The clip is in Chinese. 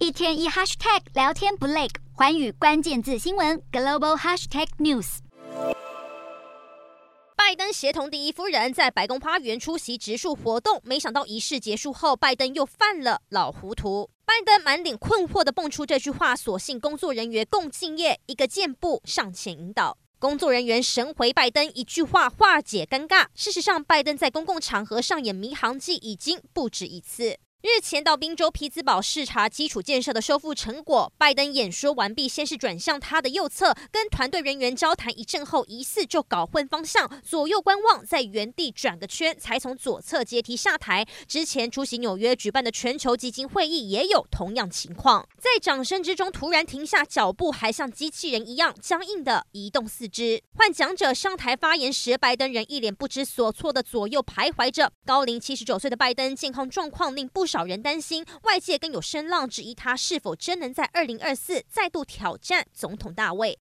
一天一 hashtag 聊天不累，寰宇关键字新闻 global hashtag news。 拜登协同第一夫人在白宫花园出席植树活动，没想到仪式结束后，拜登又犯了老糊涂。拜登满脸困惑地蹦出这句话，所幸工作人员共敬业，一个箭步上前引导。工作人员神回拜登一句话化解尴尬。事实上，拜登在公共场合上演迷航计已经不止一次。日前到宾州匹兹堡视察基础建设的修复成果，拜登演说完毕，先是转向他的右侧，跟团队人员交谈一阵后，疑似就搞混方向，左右观望，在原地转个圈，才从左侧阶梯下台。之前出席纽约举办的全球基金会议也有同样情况，在掌声之中突然停下脚步，还像机器人一样僵硬的移动四肢。换讲者上台发言时，拜登仍一脸不知所措的左右徘徊着。高龄79岁的拜登健康状况令不少人担心，外界更有声浪质疑他是否真能在2024再度挑战总统大位。